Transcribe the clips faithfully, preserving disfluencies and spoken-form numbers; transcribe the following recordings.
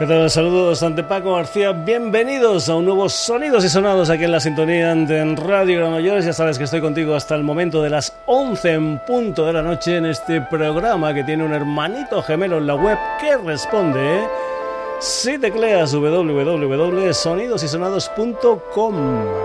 ¿Qué tal? Saludos ante Paco García, bienvenidos a un nuevo Sonidos y Sonados aquí en la sintonía de Radio Granollers. Ya sabes que estoy contigo hasta el momento de las once en punto de la noche en este programa que tiene un hermanito gemelo en la web que responde si tecleas doble u doble u doble u punto sonidos y sonados punto com.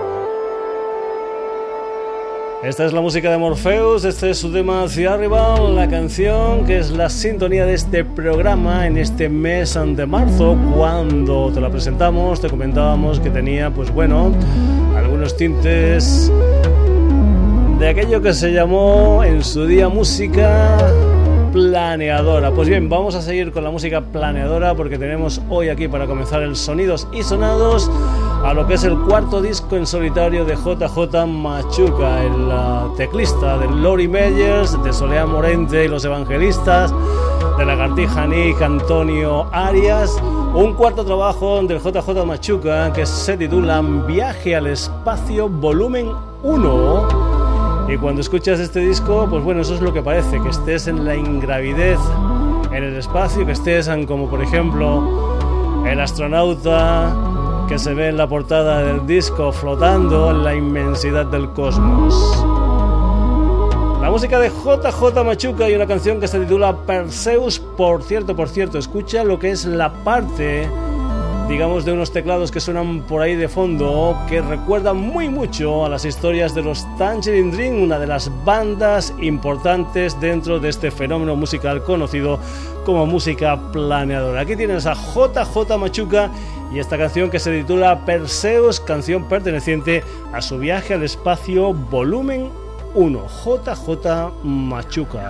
Esta es la música de Morpheus, este es su tema The Arrival, la canción que es la sintonía de este programa en este mes de marzo. Cuando te la presentamos te comentábamos que tenía, pues bueno, algunos tintes de aquello que se llamó en su día música planeadora. Pues bien, vamos a seguir con la música planeadora porque tenemos hoy aquí para comenzar el Sonidos y Sonados a lo que es el cuarto disco en solitario de J J Machuca, el uh, teclista de Lori Meyers, de Soleá Morente y los Evangelistas, de Lagartija Nick, Antonio Arias. Un cuarto trabajo del J J Machuca que se titula Viaje al Espacio Volumen uno. Y cuando escuchas este disco, pues bueno, eso es lo que parece, que estés en la ingravidez, en el espacio, que estés en, como por ejemplo el astronauta que se ve en la portada del disco flotando en la inmensidad del cosmos. La música de J J Machuca y una canción que se titula Perseus. Por cierto, por cierto, escucha lo que es la parte, digamos, de unos teclados que suenan por ahí de fondo, que recuerdan muy mucho a las historias de los Tangerine Dream, una de las bandas importantes dentro de este fenómeno musical conocido como música planeadora. Aquí tienes a J J Machuca y esta canción que se titula Perseus, canción perteneciente a su viaje al espacio volumen uno. J J Machuca.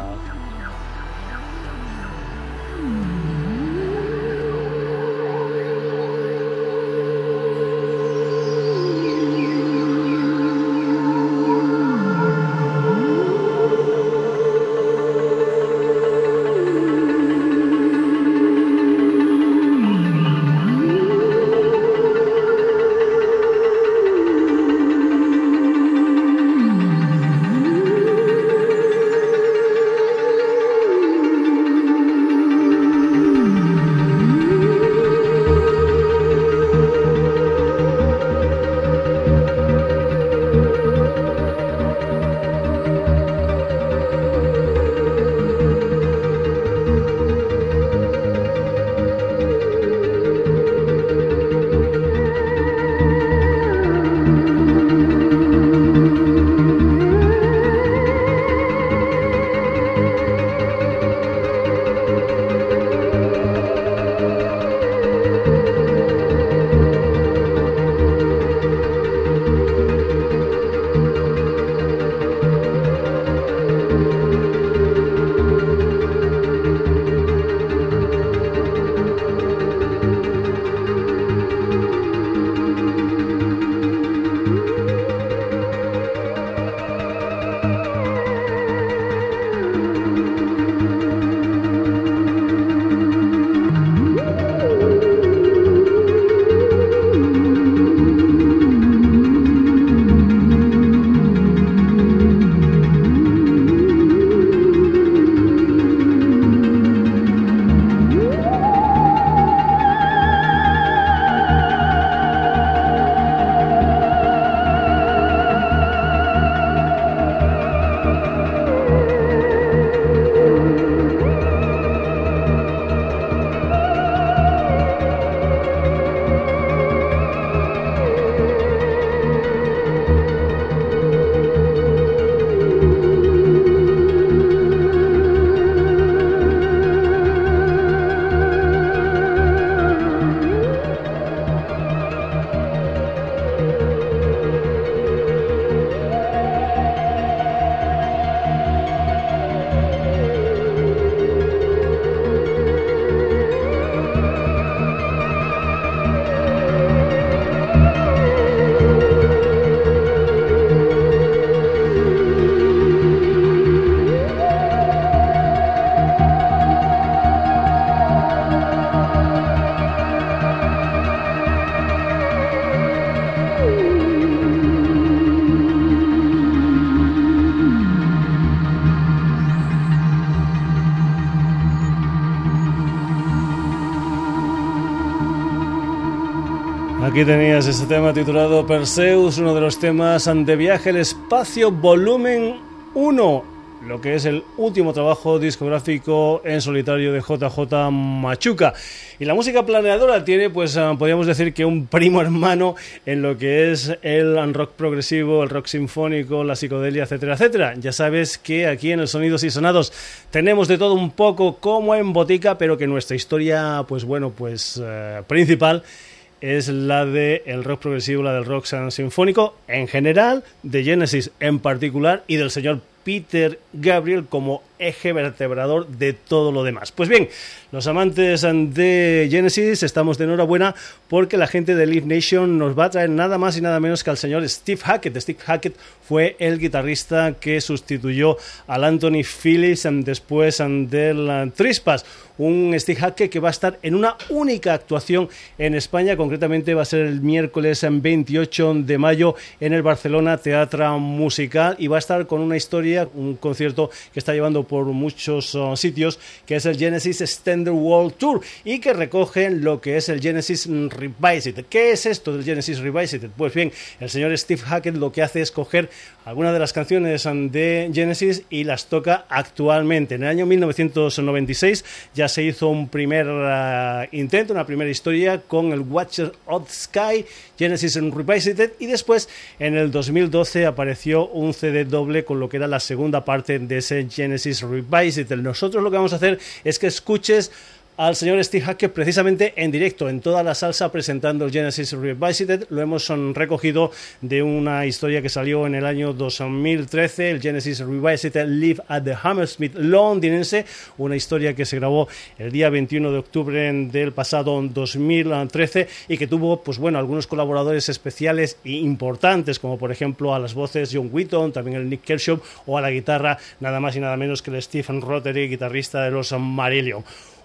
Aquí tenías este tema titulado Perseus, uno de los temas de Viaje al Espacio volumen uno, lo que es el último trabajo discográfico en solitario de J J Machuca. Y la música planeadora tiene, pues podríamos decir que un primo hermano en lo que es el rock progresivo, el rock sinfónico, la psicodelia, etcétera, etcétera. Ya sabes que aquí en el Sonidos y Sonados tenemos de todo un poco como en botica, pero que nuestra historia, pues bueno, pues eh, principal es la del rock progresivo, la del rock sinfónico en general, de Genesis en particular y del señor Peter Gabriel como eje vertebrador de todo lo demás. Pues bien, los amantes de Genesis estamos de enhorabuena porque la gente de Live Nation nos va a traer nada más y nada menos que al señor Steve Hackett. Steve Hackett fue el guitarrista que sustituyó al Anthony Phillips después del Trispas. Un Steve Hackett que va a estar en una única actuación en España, concretamente va a ser el miércoles veintiocho de mayo en el Barcelona Teatro Musical, y va a estar con una historia, un concierto que está llevando por muchos uh, sitios, que es el Genesis Extended World Tour, y que recoge lo que es el Genesis Revisited. ¿Qué es esto del Genesis Revisited? Pues bien, el señor Steve Hackett lo que hace es coger algunas de las canciones de Genesis y las toca actualmente. En el año mil novecientos noventa y seis ya se hizo un primer uh, intento, una primera historia con el Watcher of the Sky, Genesis Revisited, y después en el dos mil doce apareció un C D doble con lo que era la segunda parte de ese Genesis Revisited. Nosotros lo que vamos a hacer es que escuches al señor Steve Hackett precisamente en directo, en toda la salsa, presentando el Genesis Revisited. Lo hemos recogido de una historia que salió en el año dos mil trece, el Genesis Revisited Live at the Hammersmith londinense, una historia que se grabó el día veintiuno de octubre del pasado dos mil trece y que tuvo, pues bueno, algunos colaboradores especiales e importantes, como por ejemplo a las voces John Wheaton, también el Nick Kershaw, o a la guitarra nada más y nada menos que el Stephen Rotary, guitarrista de los Marillion.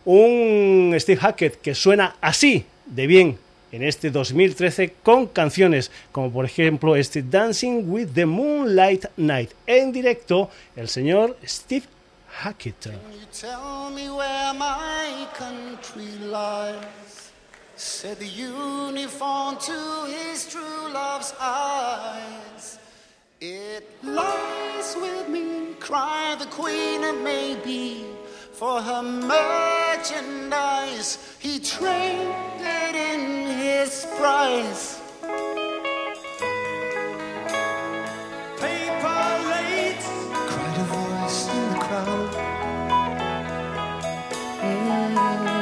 Un Steve Hackett que suena así de bien en este dos mil trece con canciones como por ejemplo este Dancing with the Moonlight Night. En directo, el señor Steve Hackett. Can you tell me where my country lies? Said the uniform to his true love's eyes. It lies with me, cried the queen, and maybe for her merchandise he traded in his price. Paper late, cried a voice in the crowd. Mm.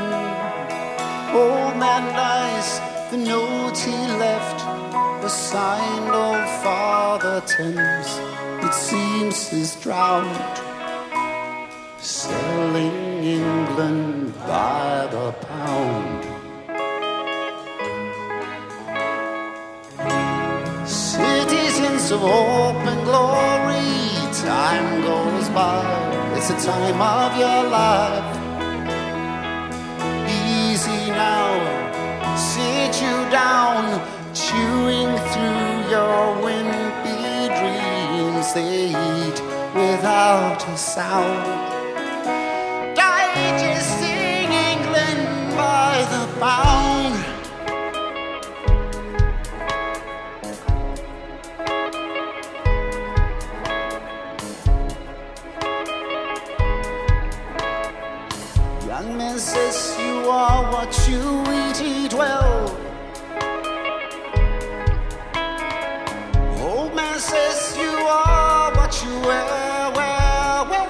Old man dies, the note he left was signed old Father Thames. It seems he's drowned, selling England by the pound. Citizens of hope and glory, time goes by, it's the time of your life. Easy now, sit you down, chewing through your wimpy dreams. They eat without a sound, digesting England by the pound. Young man says you are what you eat, eat well. Old man says you are what you wear, wear, wear.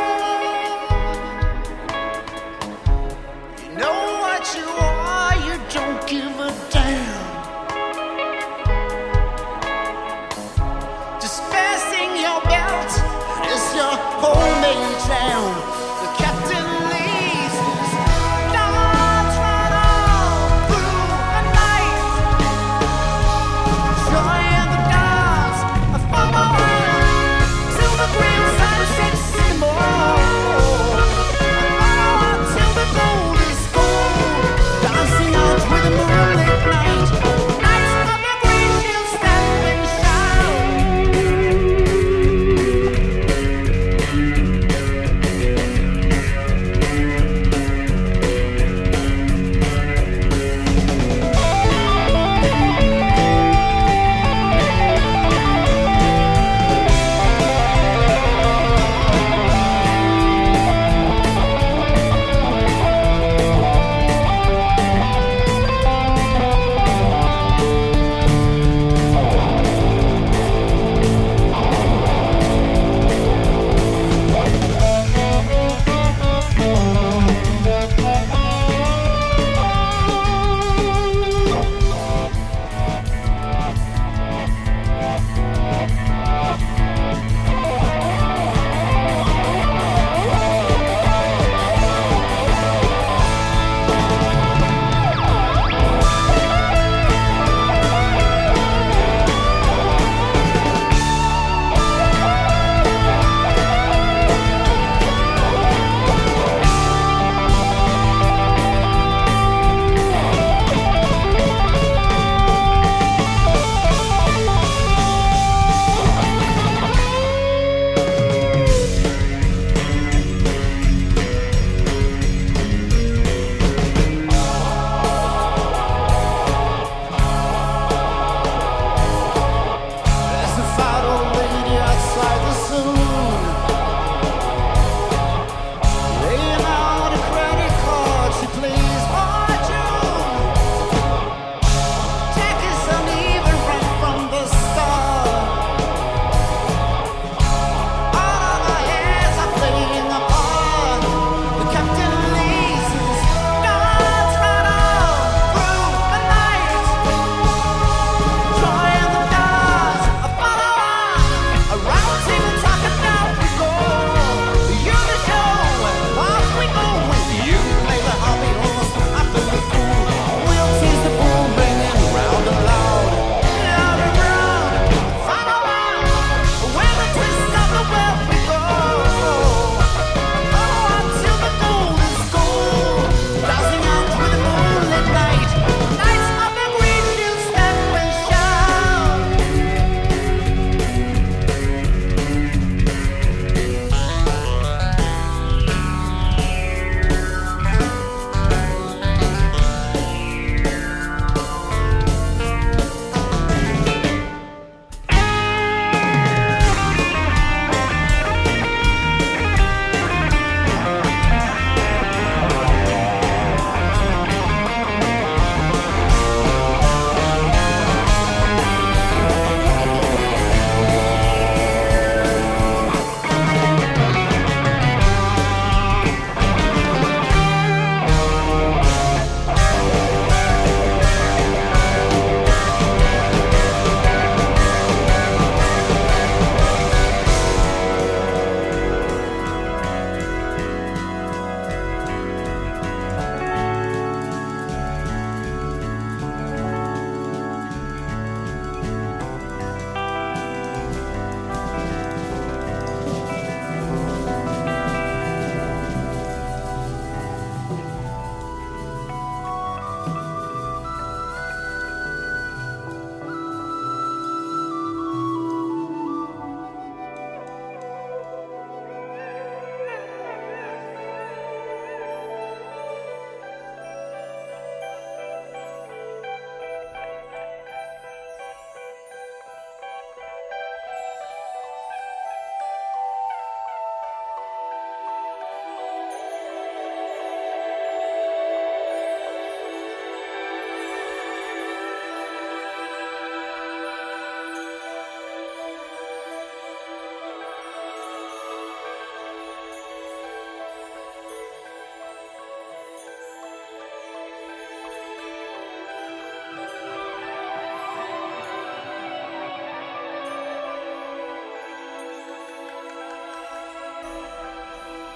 You know what you are, you don't give a damn. Just fasten your belt, it's your homemade jam. The captain leaves his dogs run all through the night. Joy and the dogs are following till the green sun sets in the morning. Till the gold is gold.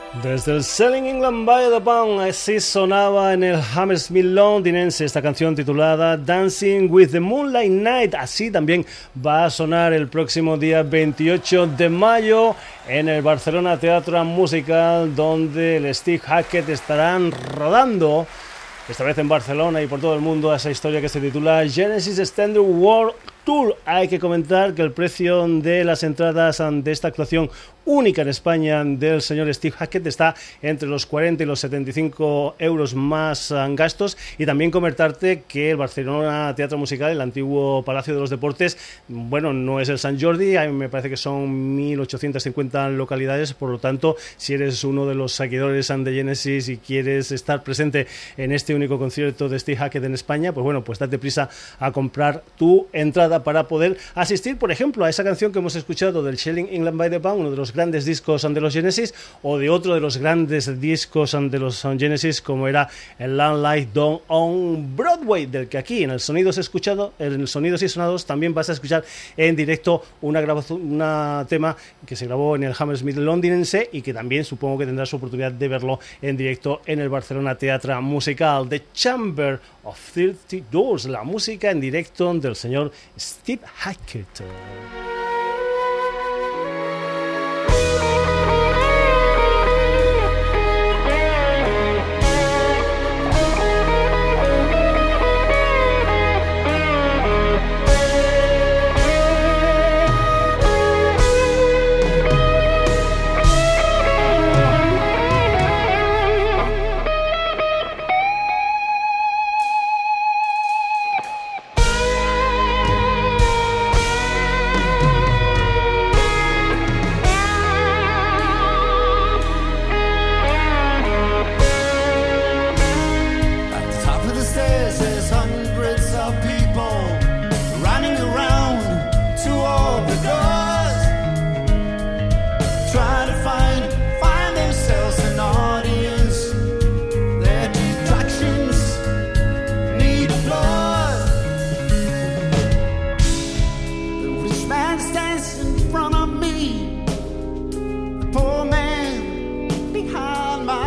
Desde el Selling England by the Pound, así sonaba en el Hammersmith londinense esta canción titulada Dancing with the Moonlight Night. Así también va a sonar el próximo día veintiocho de mayo en el Barcelona Teatro Musical, donde el Steve Hackett estarán rodando, esta vez en Barcelona y por todo el mundo, esa historia que se titula Genesis Extended World Tour. Hay que comentar que el precio de las entradas de esta actuación única en España del señor Steve Hackett está entre los cuarenta y los setenta y cinco euros más gastos. Y también comentarte que el Barcelona Teatro Musical, el antiguo Palacio de los Deportes, bueno, no es el Sant Jordi, a mí me parece que son mil ochocientas cincuenta localidades, por lo tanto, si eres uno de los seguidores de Genesis y quieres estar presente en este único concierto de Steve Hackett en España, pues bueno, pues date prisa a comprar tu entrada para poder asistir, por ejemplo, a esa canción que hemos escuchado del Selling England by the Pound, uno de los grandes discos de los Genesis, o de otro de los grandes discos de los Genesis, como era el Landlight Dawn on Broadway, del que aquí en el Sonidos Escuchado, en el Sonidos y Sonados, también vas a escuchar en directo una grabación, una tema que se grabó en el Hammersmith londinense y que también supongo que tendrás oportunidad de verlo en directo en el Barcelona Teatro Musical. The Chamber of thirty Doors, la música en directo del señor Steve Hackett.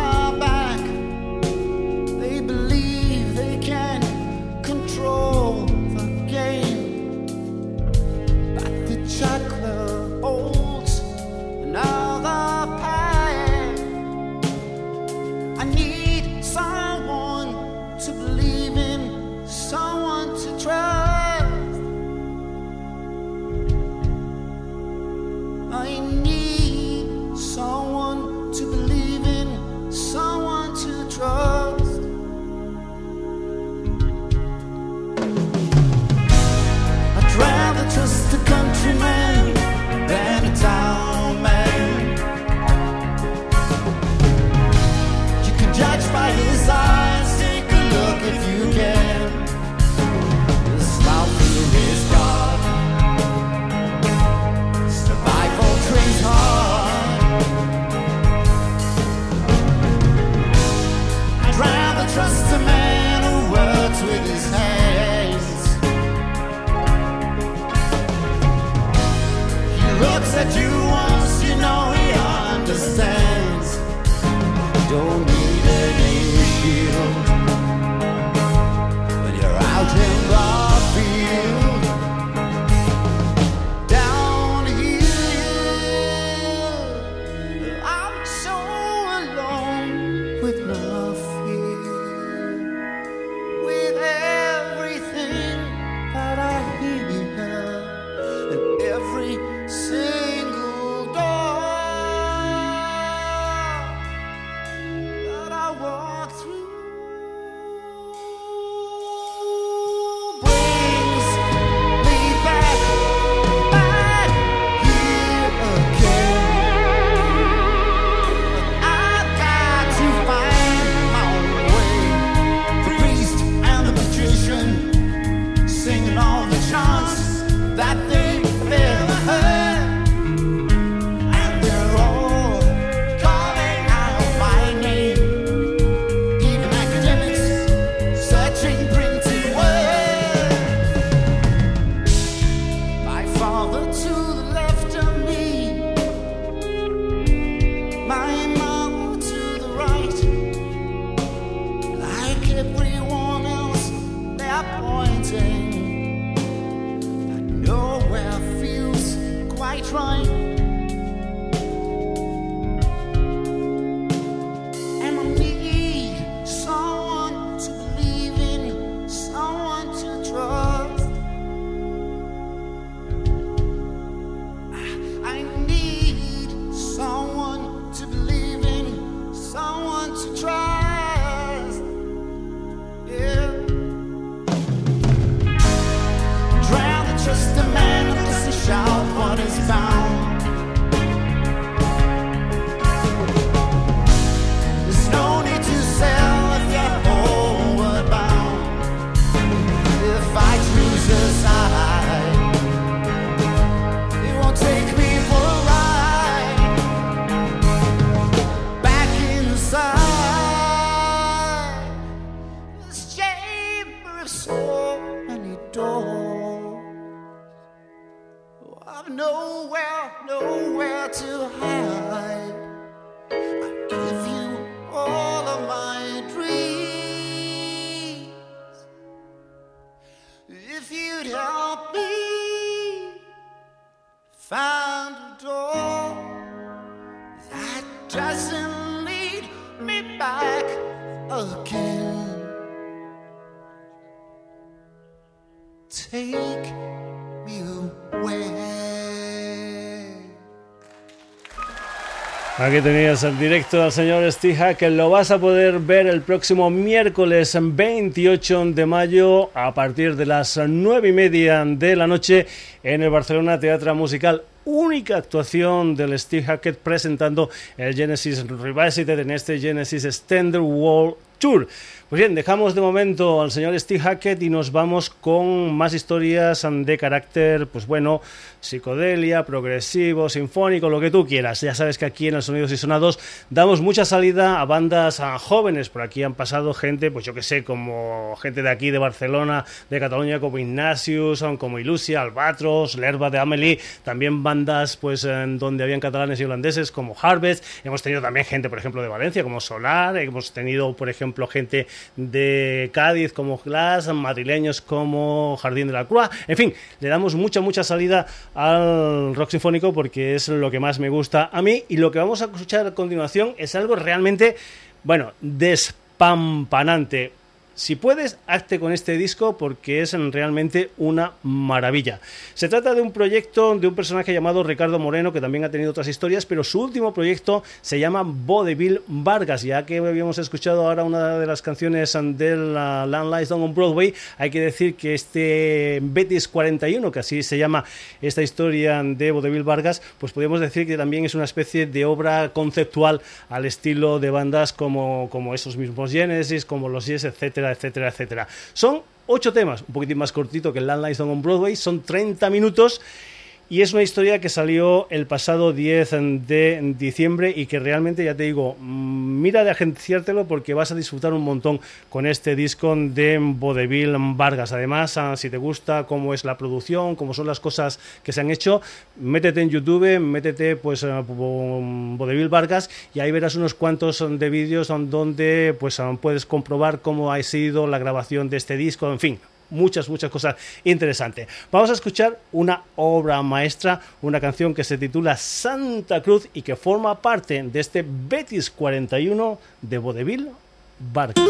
They believe they can control Aquí tenías el directo del señor Steve Hackett. Lo vas a poder ver el próximo miércoles veintiocho de mayo a partir de las nueve y media de la noche en el Barcelona Teatro Musical. Única actuación del Steve Hackett presentando el Genesis Revisited en este Genesis Extended World Tour. Pues bien, dejamos de momento al señor Steve Hackett y nos vamos con más historias de carácter, pues bueno, psicodelia, progresivo, sinfónico, lo que tú quieras. Ya sabes que aquí en el Sonidos y Sonados damos mucha salida a bandas a jóvenes. Por aquí han pasado gente, pues yo que sé, como gente de aquí de Barcelona, de Cataluña, como Ignatius, como Ilusia, Albatros, L'Herba de Amelie, también bandas pues en donde habían catalanes y holandeses como Harvest. Hemos tenido también gente, por ejemplo, de Valencia como Solar, hemos tenido, por ejemplo, gente de Cádiz como Glass, madrileños como Jardín de la Croix. En fin, le damos mucha, mucha salida al rock sinfónico porque es lo que más me gusta a mí, y lo que vamos a escuchar a continuación es algo realmente, bueno, despampanante. Si puedes, hazte con este disco porque es realmente una maravilla. Se trata de un proyecto de un personaje llamado Ricardo Moreno, que también ha tenido otras historias, pero su último proyecto se llama Vodevil Vargas. Ya que habíamos escuchado ahora una de las canciones de la Land Lies Down on Broadway, hay que decir que este Betis cuarenta y uno, que así se llama esta historia de Vodevil Vargas, pues podríamos decir que también es una especie de obra conceptual al estilo de bandas como, como esos mismos Genesis, como los Yes, etcétera, etcétera, etcétera. Son ocho temas, un poquitín más cortito que el Land Lies Down on Broadway, son treinta minutos. Y es una historia que salió el pasado diez de diciembre y que realmente, ya te digo, mira de agenciártelo porque vas a disfrutar un montón con este disco de Vodevil Vargas. Además, si te gusta cómo es la producción, cómo son las cosas que se han hecho, métete en YouTube, métete pues Vodevil Vargas y ahí verás unos cuantos de vídeos donde pues puedes comprobar cómo ha sido la grabación de este disco, en fin. Muchas, muchas cosas interesantes. Vamos a escuchar una obra maestra, una canción que se titula Santa Cruz y que forma parte de este Betis cuarenta y uno de Vodevil Vargas.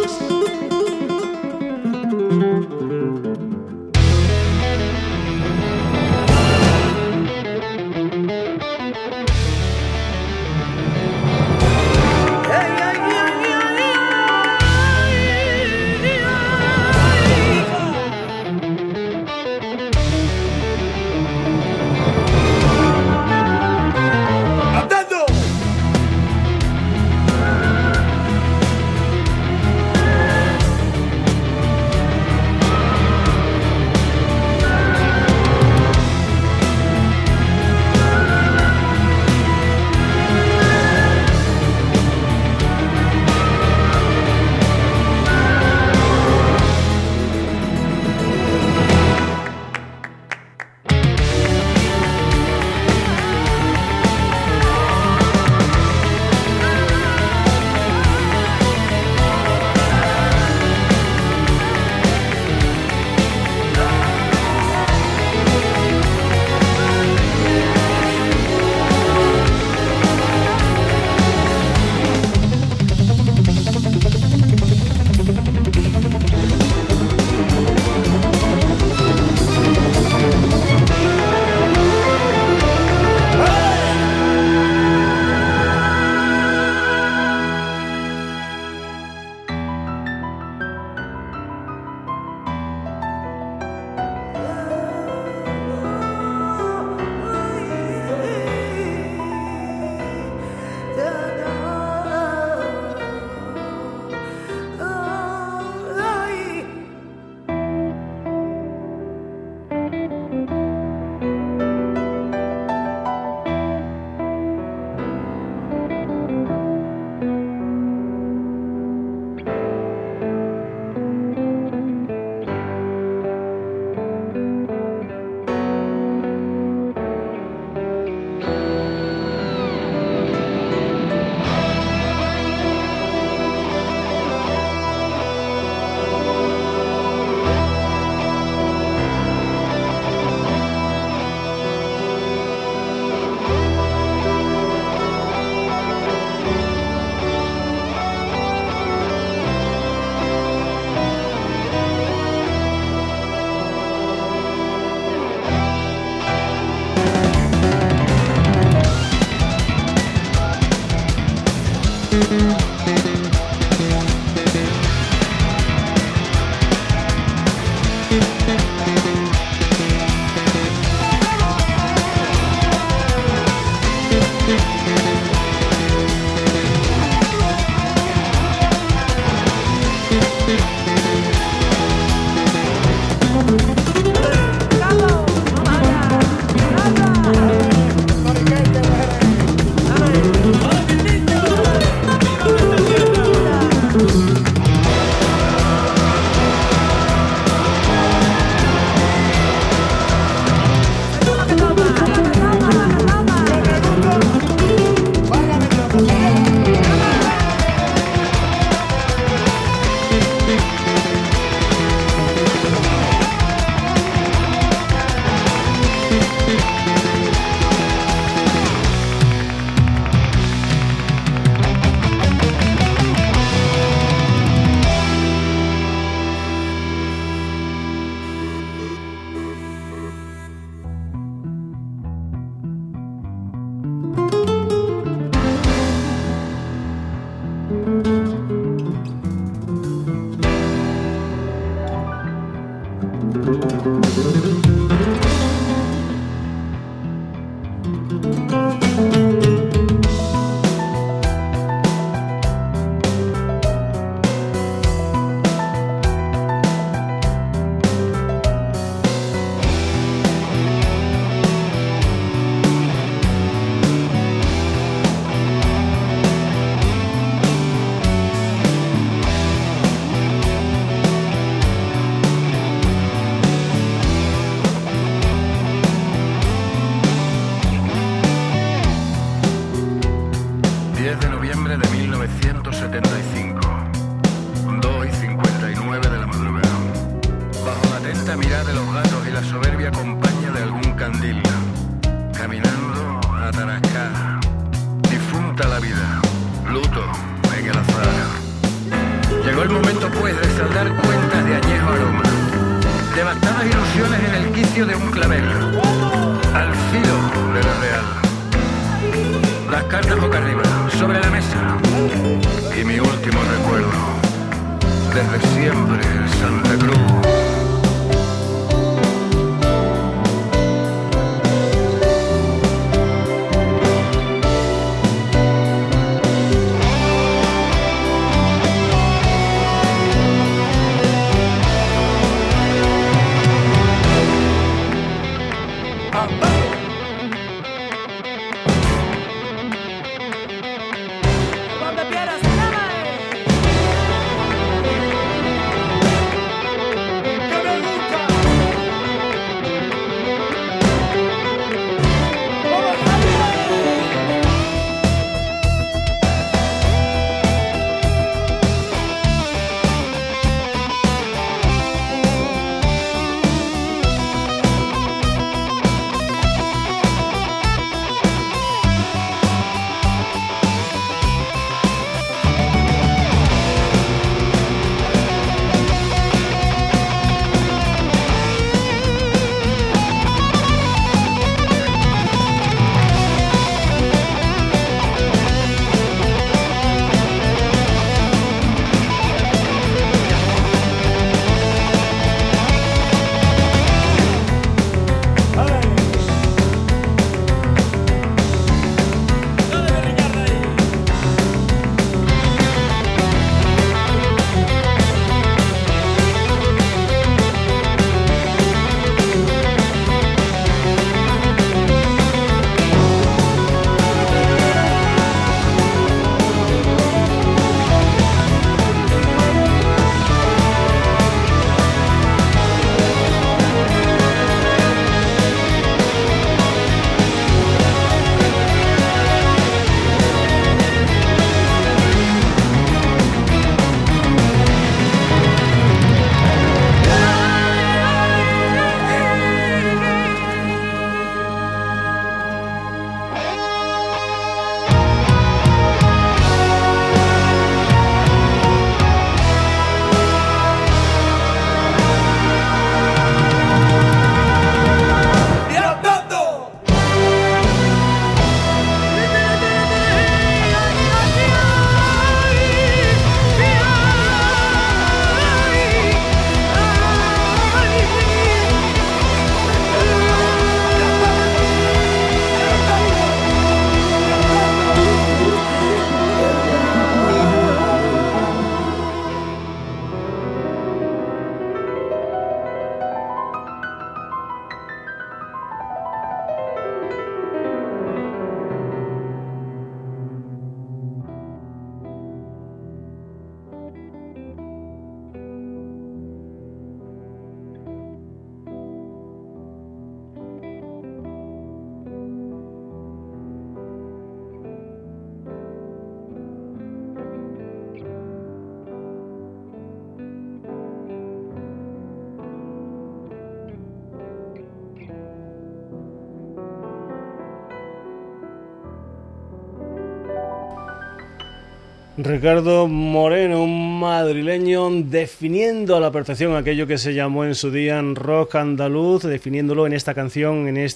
Ricardo Moreno, un madrileño, definiendo a la perfección aquello que se llamó en su día en rock andaluz, definiéndolo en esta canción, en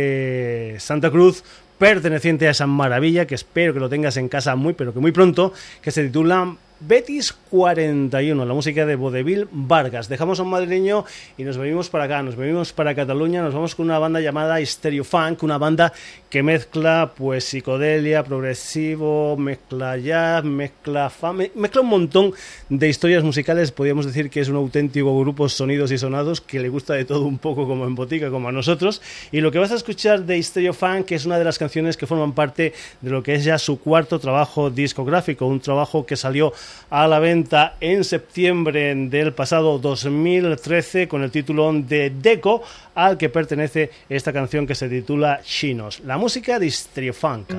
este Santa Cruz, perteneciente a esa maravilla, que espero que lo tengas en casa muy, pero que muy pronto, que se titula Betis cuarenta y uno, la música de Vodevil Vargas. Dejamos a un madrileño y nos venimos para acá, nos venimos para Cataluña, nos vamos con una banda llamada Stereo Funk, una banda que mezcla pues psicodelia, progresivo, mezcla jazz, mezcla fame, mezcla un montón de historias musicales. Podríamos decir que es un auténtico grupo sonidos y sonados que le gusta de todo un poco, como en botica, como a nosotros. Y lo que vas a escuchar de Stereo Funk es una de las canciones que forman parte de lo que es ya su cuarto trabajo discográfico, un trabajo que salió a la venta en septiembre del pasado dos mil trece con el título de Deco, al que pertenece esta canción que se titula Chinos, la música de Stereo Funk.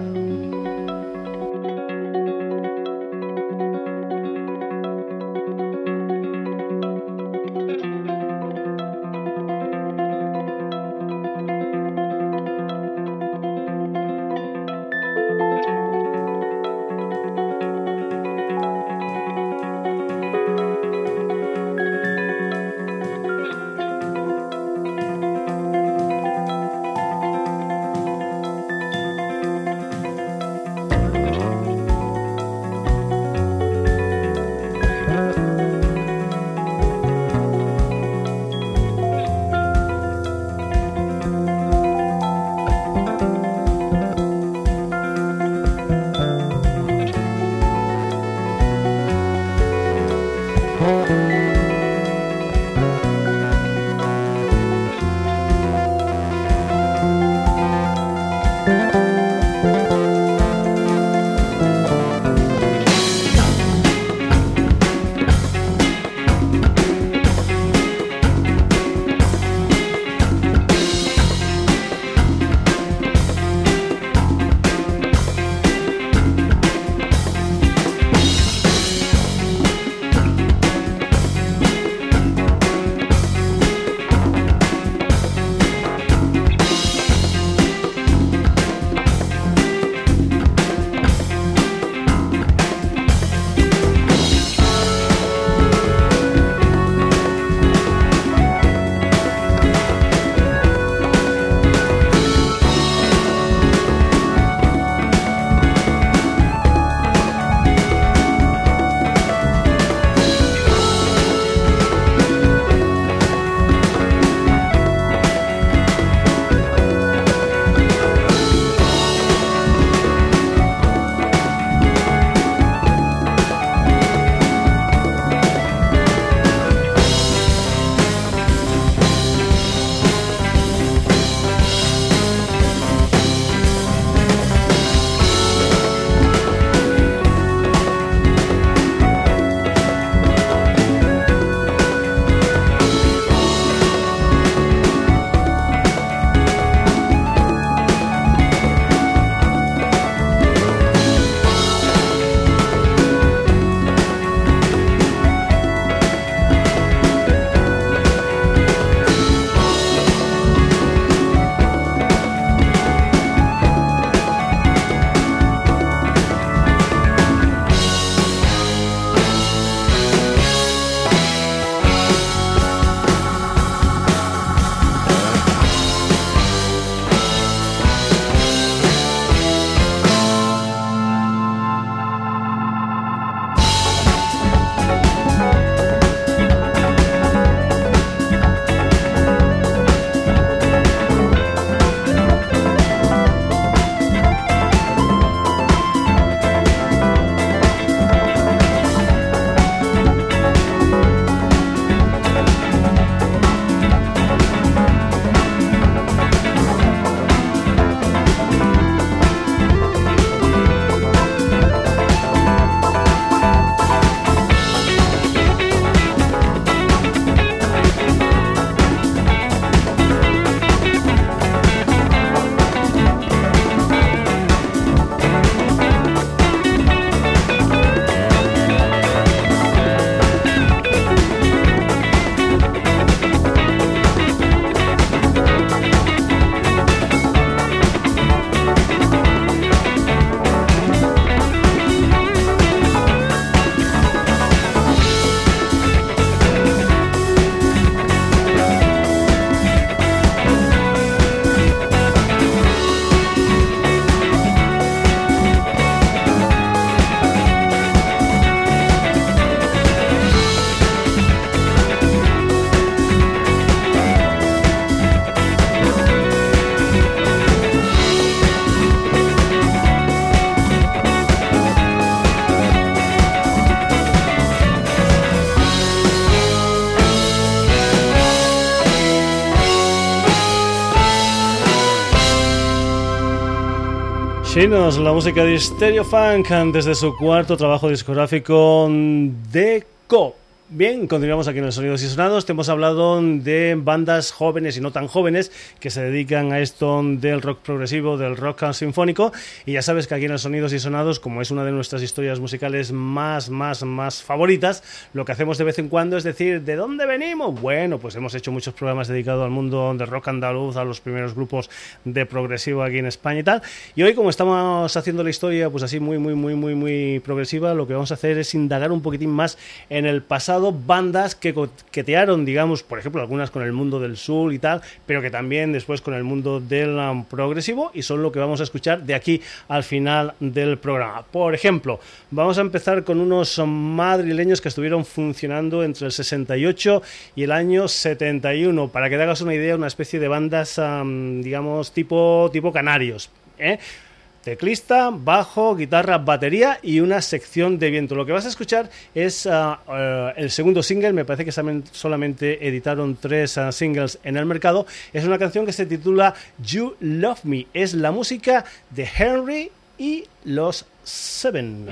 Chinos, la música de Stereo Funk desde su cuarto trabajo discográfico Deco. Bien, continuamos aquí en los Sonidos y Sonados. Te hemos hablado de bandas jóvenes y no tan jóvenes que se dedican a esto del rock progresivo, del rock sinfónico. Y ya sabes que aquí en los Sonidos y Sonados, como es una de nuestras historias musicales más, más, más favoritas, lo que hacemos de vez en cuando es decir, ¿de dónde venimos? Bueno, pues hemos hecho muchos programas dedicados al mundo del rock andaluz, a los primeros grupos de progresivo aquí en España y tal. Y hoy, como estamos haciendo la historia pues así muy, muy, muy, muy, muy progresiva, lo que vamos a hacer es indagar un poquitín más en el pasado, bandas que coquetearon, digamos, por ejemplo, algunas con el mundo del soul y tal, pero que también después con el mundo del um, progresivo, y son lo que vamos a escuchar de aquí al final del programa. Por ejemplo, vamos a empezar con unos madrileños que estuvieron funcionando entre el sesenta y ocho y el año setenta y uno, para que te hagas una idea, una especie de bandas, um, digamos, tipo, tipo canarios, ¿eh? Teclista, bajo, guitarra, batería y una sección de viento. Lo que vas a escuchar es uh, uh, el segundo single. Me parece que solamente editaron tres uh, singles en el mercado. Es una canción que se titula You Love Me. Es la música de Henry y los Seven.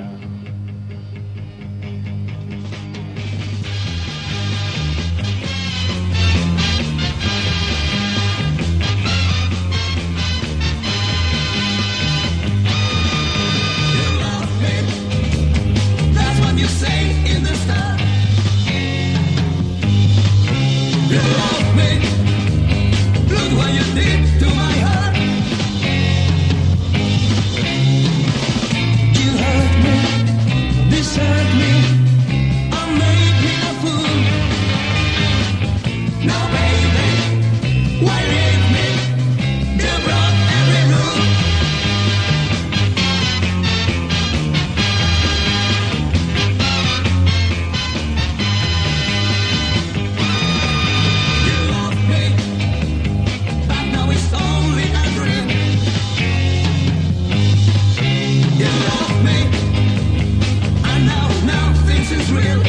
You say in the start, you love me. Look what you did to my heart. You hurt me, desert me, or made me a fool. Now baby, why leave me? You broke every rule. Is real.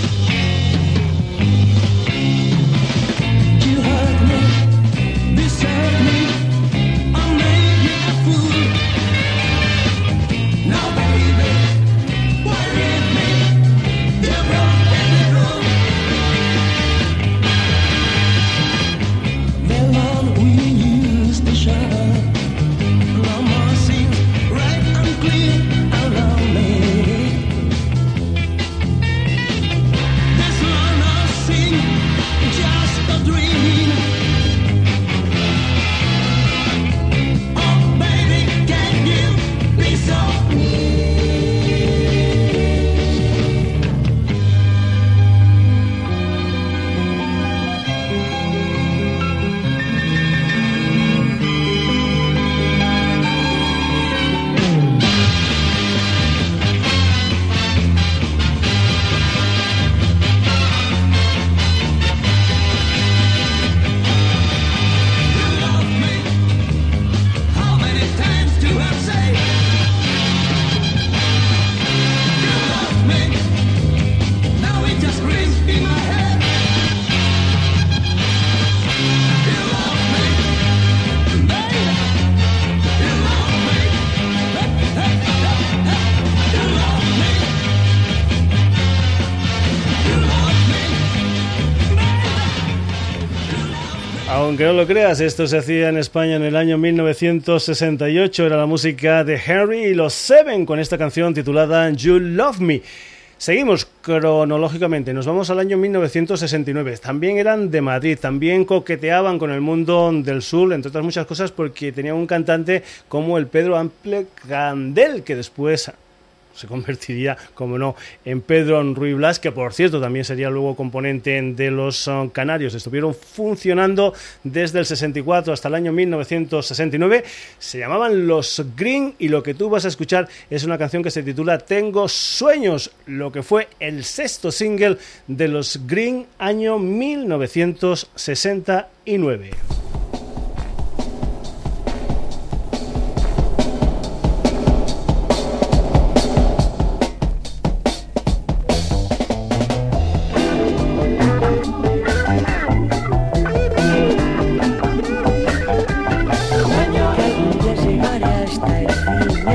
You hurt me, desert me, or made me a fool. Now baby, why leave me? You broke every rule. The love we used to share, no more seems right and clear around me. Just a dream. Oh baby, can you be so? Aunque no lo creas, esto se hacía en España en el año mil novecientos sesenta y ocho. Era la música de Henry y los Seven con esta canción titulada You Love Me. Seguimos cronológicamente, nos vamos al año mil novecientos sesenta y nueve. También eran de Madrid, también coqueteaban con el mundo del sur, entre otras muchas cosas, porque tenían un cantante como el Pedro Ample Candel, que después se convertiría, como no, en Pedro Ruy Blas, que por cierto también sería luego componente de los uh, Canarios. Estuvieron funcionando desde el sesenta y cuatro hasta el año mil novecientos sesenta y nueve. Se llamaban Los Green y lo que tú vas a escuchar es una canción que se titula Tengo Sueños, lo que fue el sexto single de Los Green, año mil novecientos sesenta y nueve. Llegar hasta el fin.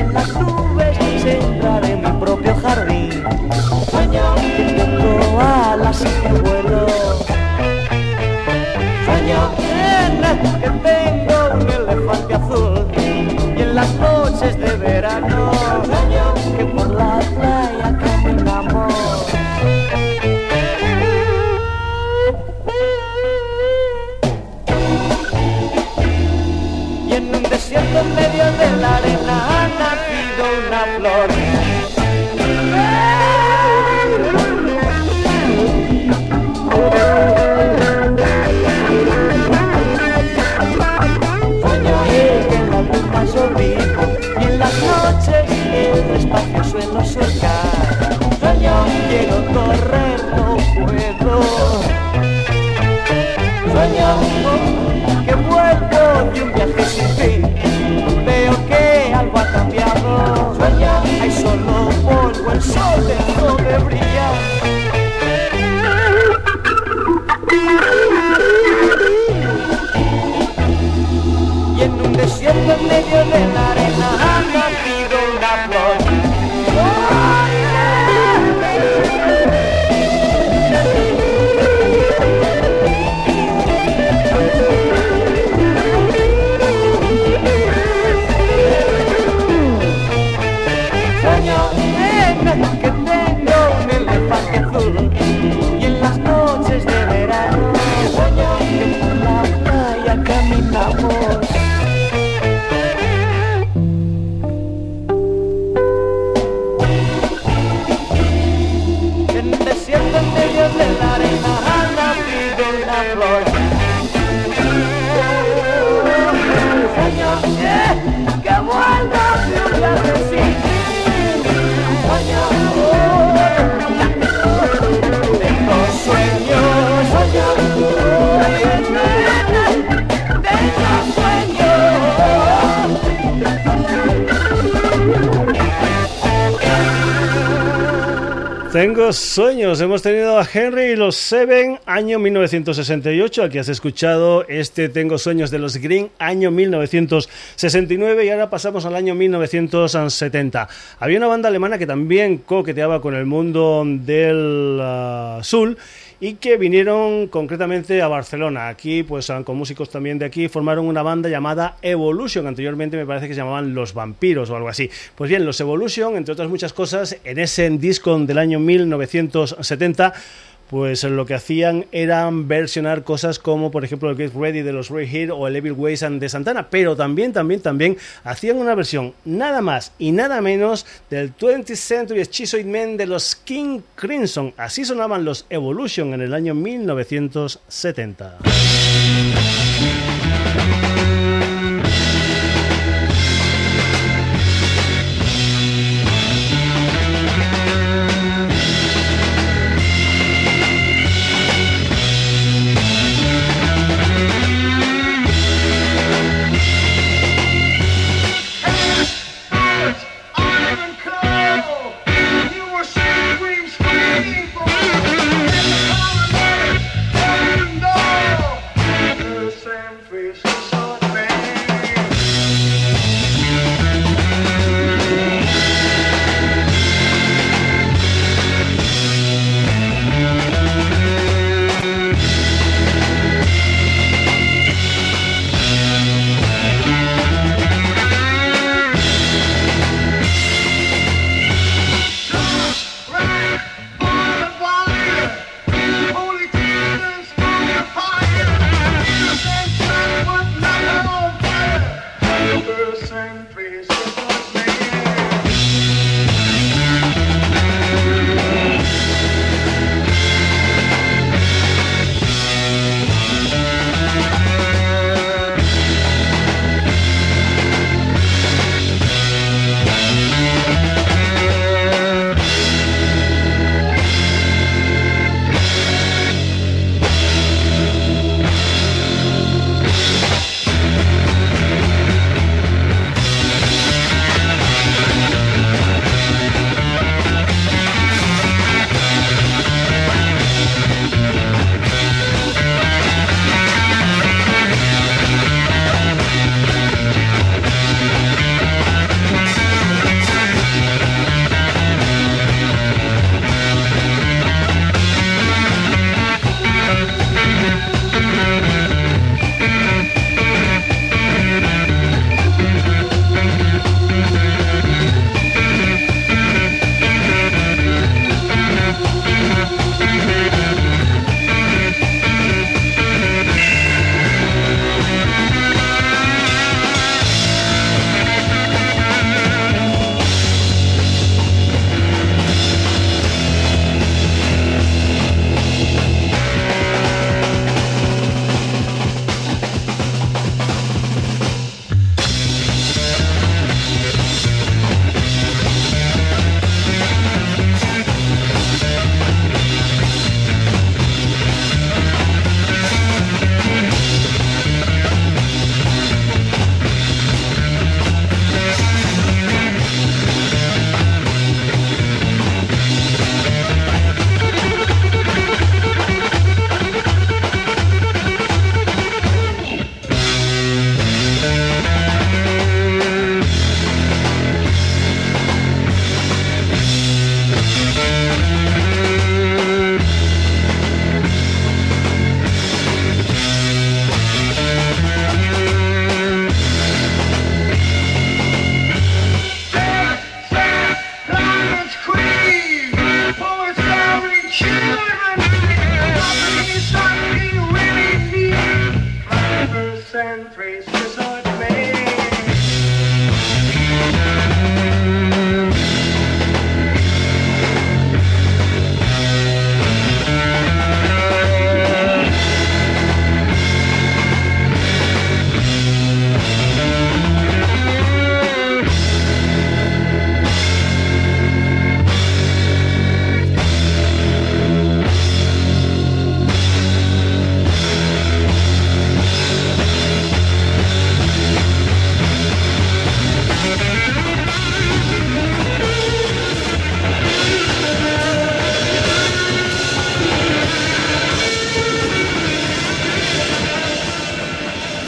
una flor. Sueño que vuelva a brillar de sí. Sueño, tengo sueños, sueño, tengo sueños. Tengo sueños. Hemos tenido a Henry y los Seven, año mil novecientos sesenta y ocho. Aquí has escuchado este Tengo sueños de los Green, año mil novecientos sesenta y nueve. Y ahora pasamos al año mil novecientos setenta. Había una banda alemana que también coqueteaba con el mundo del uh, soul y que vinieron concretamente a Barcelona. Aquí, pues con músicos también de aquí, formaron una banda llamada Evolution. Anteriormente me parece que se llamaban Los Vampiros o algo así. Pues bien, los Evolution, entre otras muchas cosas, en ese disco del año mil novecientos setenta, pues lo que hacían era versionar cosas como, por ejemplo, el Get Ready de los Red Hot o el Evil Ways de Santana, pero también, también, también hacían una versión nada más y nada menos del twentieth Century Schizoid Men de los King Crimson. Así sonaban los Evolution en el año mil novecientos setenta.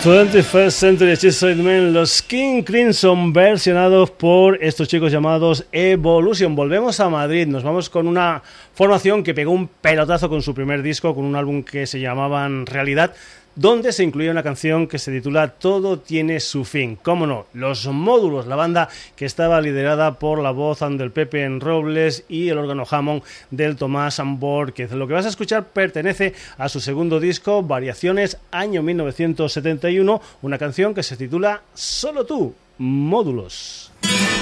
twenty-first Century Cheesecake Men, los King Crimson versionados por estos chicos llamados Evolution. Volvemos a Madrid, nos vamos con una formación que pegó un pelotazo con su primer disco, con un álbum que se llamaban Realidad, donde se incluye una canción que se titula Todo tiene su fin. Cómo no, Los Módulos, la banda que estaba liderada por la voz del Pepe en Robles y el órgano Hammond del Tomás Borquez. Lo que vas a escuchar pertenece a su segundo disco, Variaciones, año mil novecientos setenta y uno, una canción que se titula Solo tú, Módulos.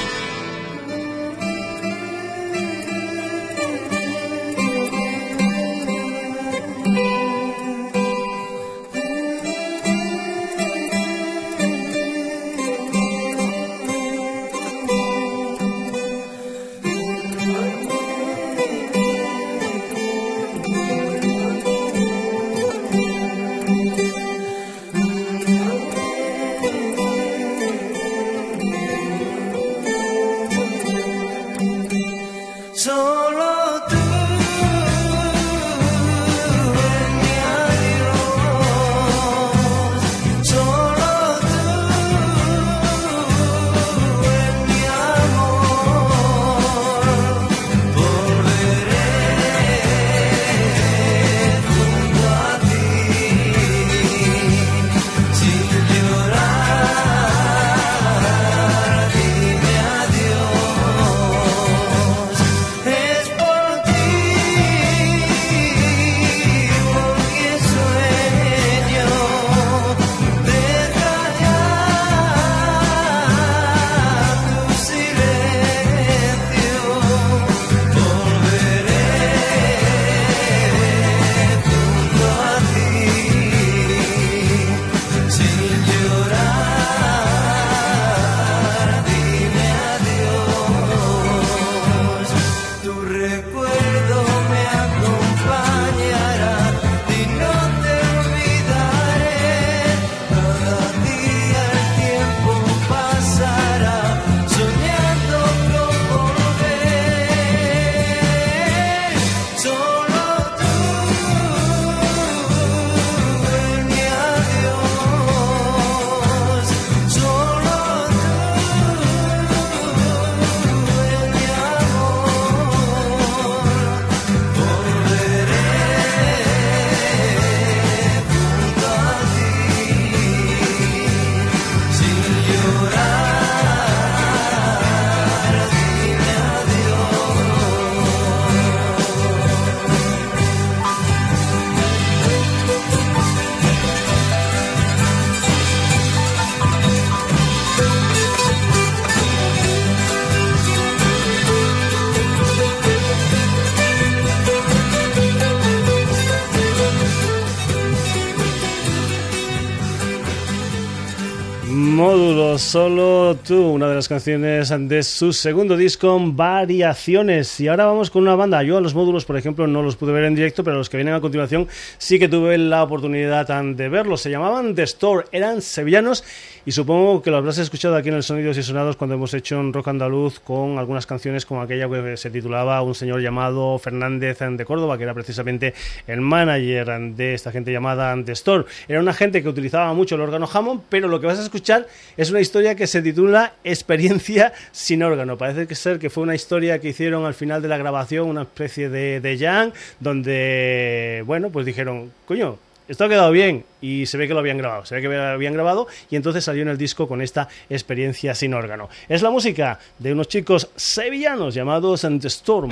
Módulos, Solo tú, una de las canciones de su segundo disco, Variaciones. Y ahora vamos con una banda. Yo a los Módulos, por ejemplo, no los pude ver en directo, pero los que vienen a continuación sí que tuve la oportunidad de verlos. Se llamaban The Store, eran sevillanos y supongo que lo habrás escuchado aquí en el Sonidos y Sonados cuando hemos hecho un rock andaluz con algunas canciones como aquella que se titulaba Un señor llamado Fernández de Córdoba, que era precisamente el manager de esta gente llamada The Store. Era una gente que utilizaba mucho el órgano Hammond, pero lo que vas a escuchar es una historia que se titula Experiencia sin órgano. Parece que ser que fue una historia que hicieron al final de la grabación, una especie de, de jam, donde, bueno, pues dijeron, coño, esto ha quedado bien, y se ve que lo habían grabado, se ve que lo habían grabado, y entonces salió en el disco con esta Experiencia sin órgano. Es la música de unos chicos sevillanos llamados The Storm.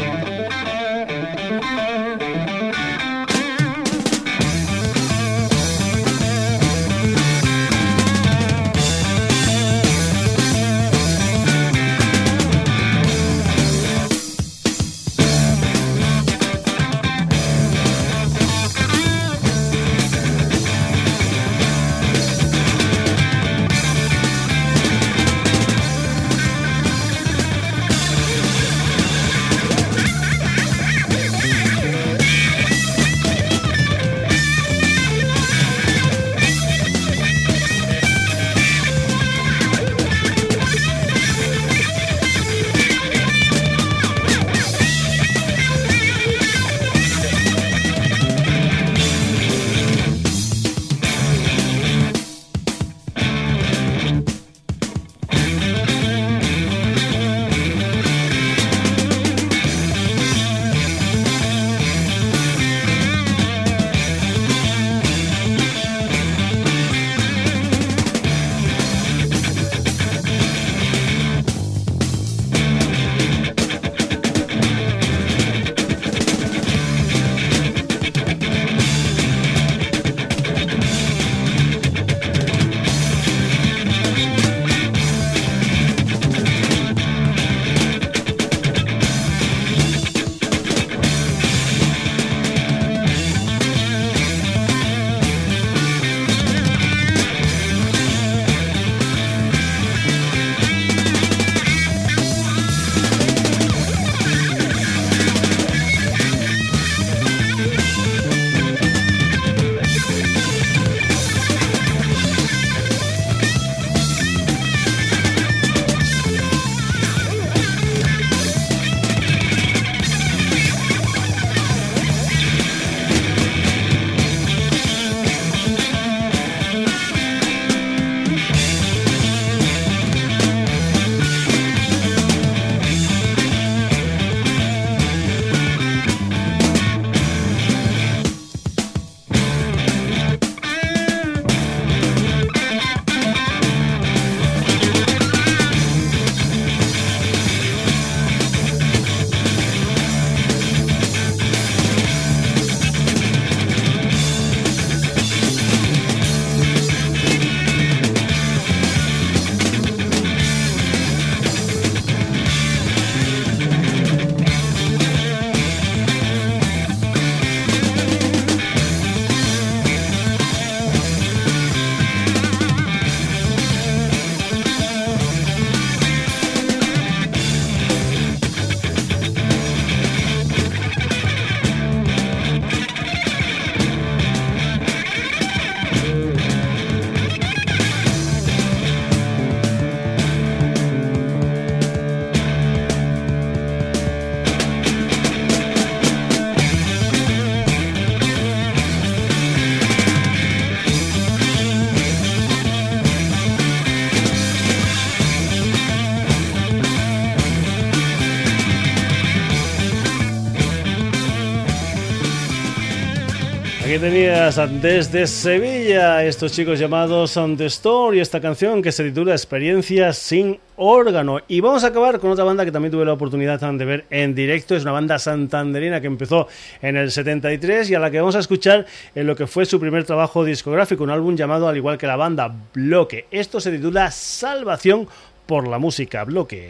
Ahí tenías desde Sevilla estos chicos llamados On The Store y esta canción que se titula Experiencia sin órgano. Y vamos a acabar con otra banda que también tuve la oportunidad de ver en directo. Es una banda santanderina que empezó en el setenta y tres y a la que vamos a escuchar en lo que fue su primer trabajo discográfico, un álbum llamado, al igual que la banda, Bloque. Esto se titula Salvación por la música. Bloque.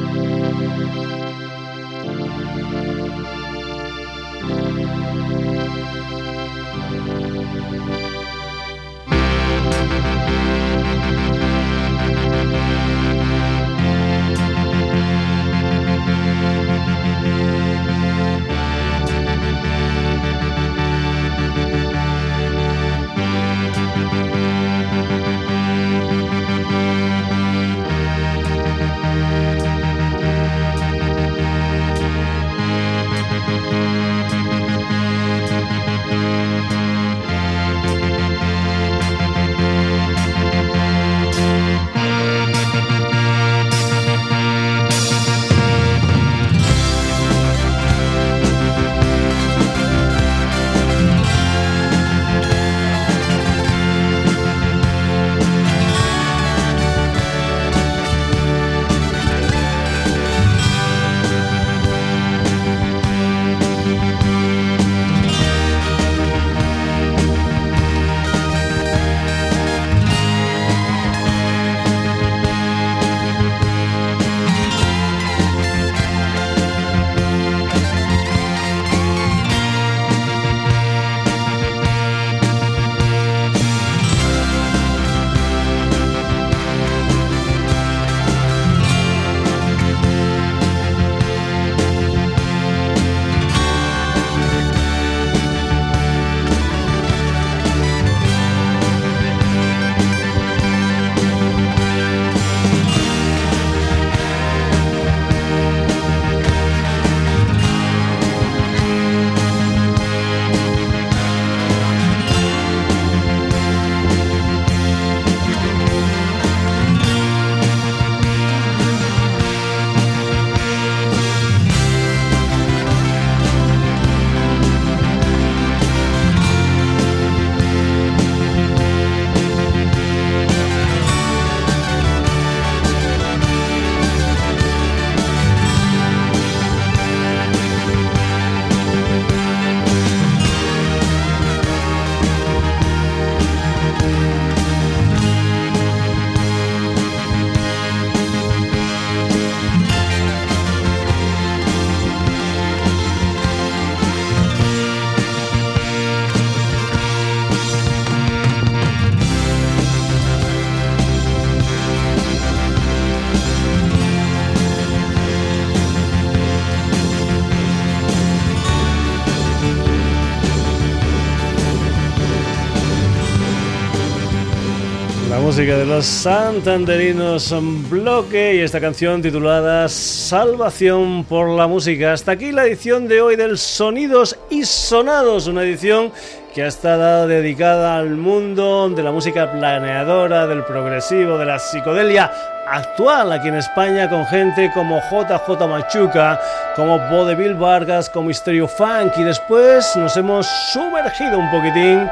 Música de los santanderinos Bloque y esta canción titulada Salvación por la música. Hasta aquí la edición de hoy del Sonidos y Sonados, una edición que ha estado dedicada al mundo de la música planeadora, del progresivo, de la psicodelia actual aquí en España, con gente como J J Machuca, como Vodevil Vargas, como Stereo Funk, y después nos hemos sumergido un poquitín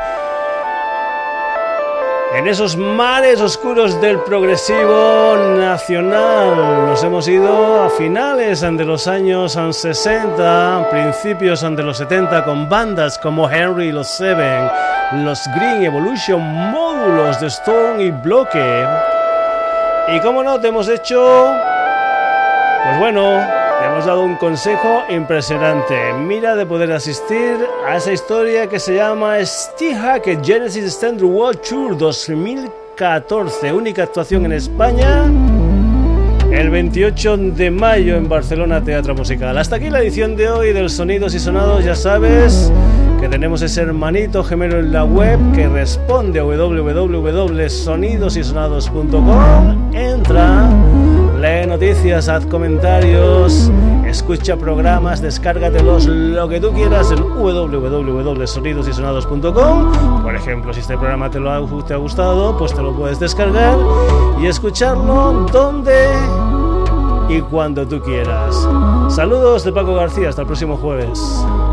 en esos mares oscuros del progresivo nacional. Nos hemos ido a finales de los años sesenta, principios de los setenta, con bandas como Henry y los Seven, los Green Evolution, Módulos de Stone y Bloque. Y como no, te hemos hecho, pues bueno, te hemos dado un consejo impresionante. Mira de poder asistir a esa historia que se llama Stihak Genesis Standard World Tour dos mil catorce, única actuación en España el veintiocho de mayo en Barcelona Teatro Musical. Hasta aquí la edición de hoy del Sonidos y Sonados. Ya sabes que tenemos ese hermanito gemelo en la web que responde a doble u doble u doble u punto sonidos y sonados punto com. Entra, lee noticias, haz comentarios, escucha programas, descárgatelos, lo que tú quieras en doble u doble u doble u punto sonidos y sonados punto com. Por ejemplo, si este programa te, lo ha, te ha gustado, pues te lo puedes descargar y escucharlo donde y cuando tú quieras. Saludos de Paco García, hasta el próximo jueves.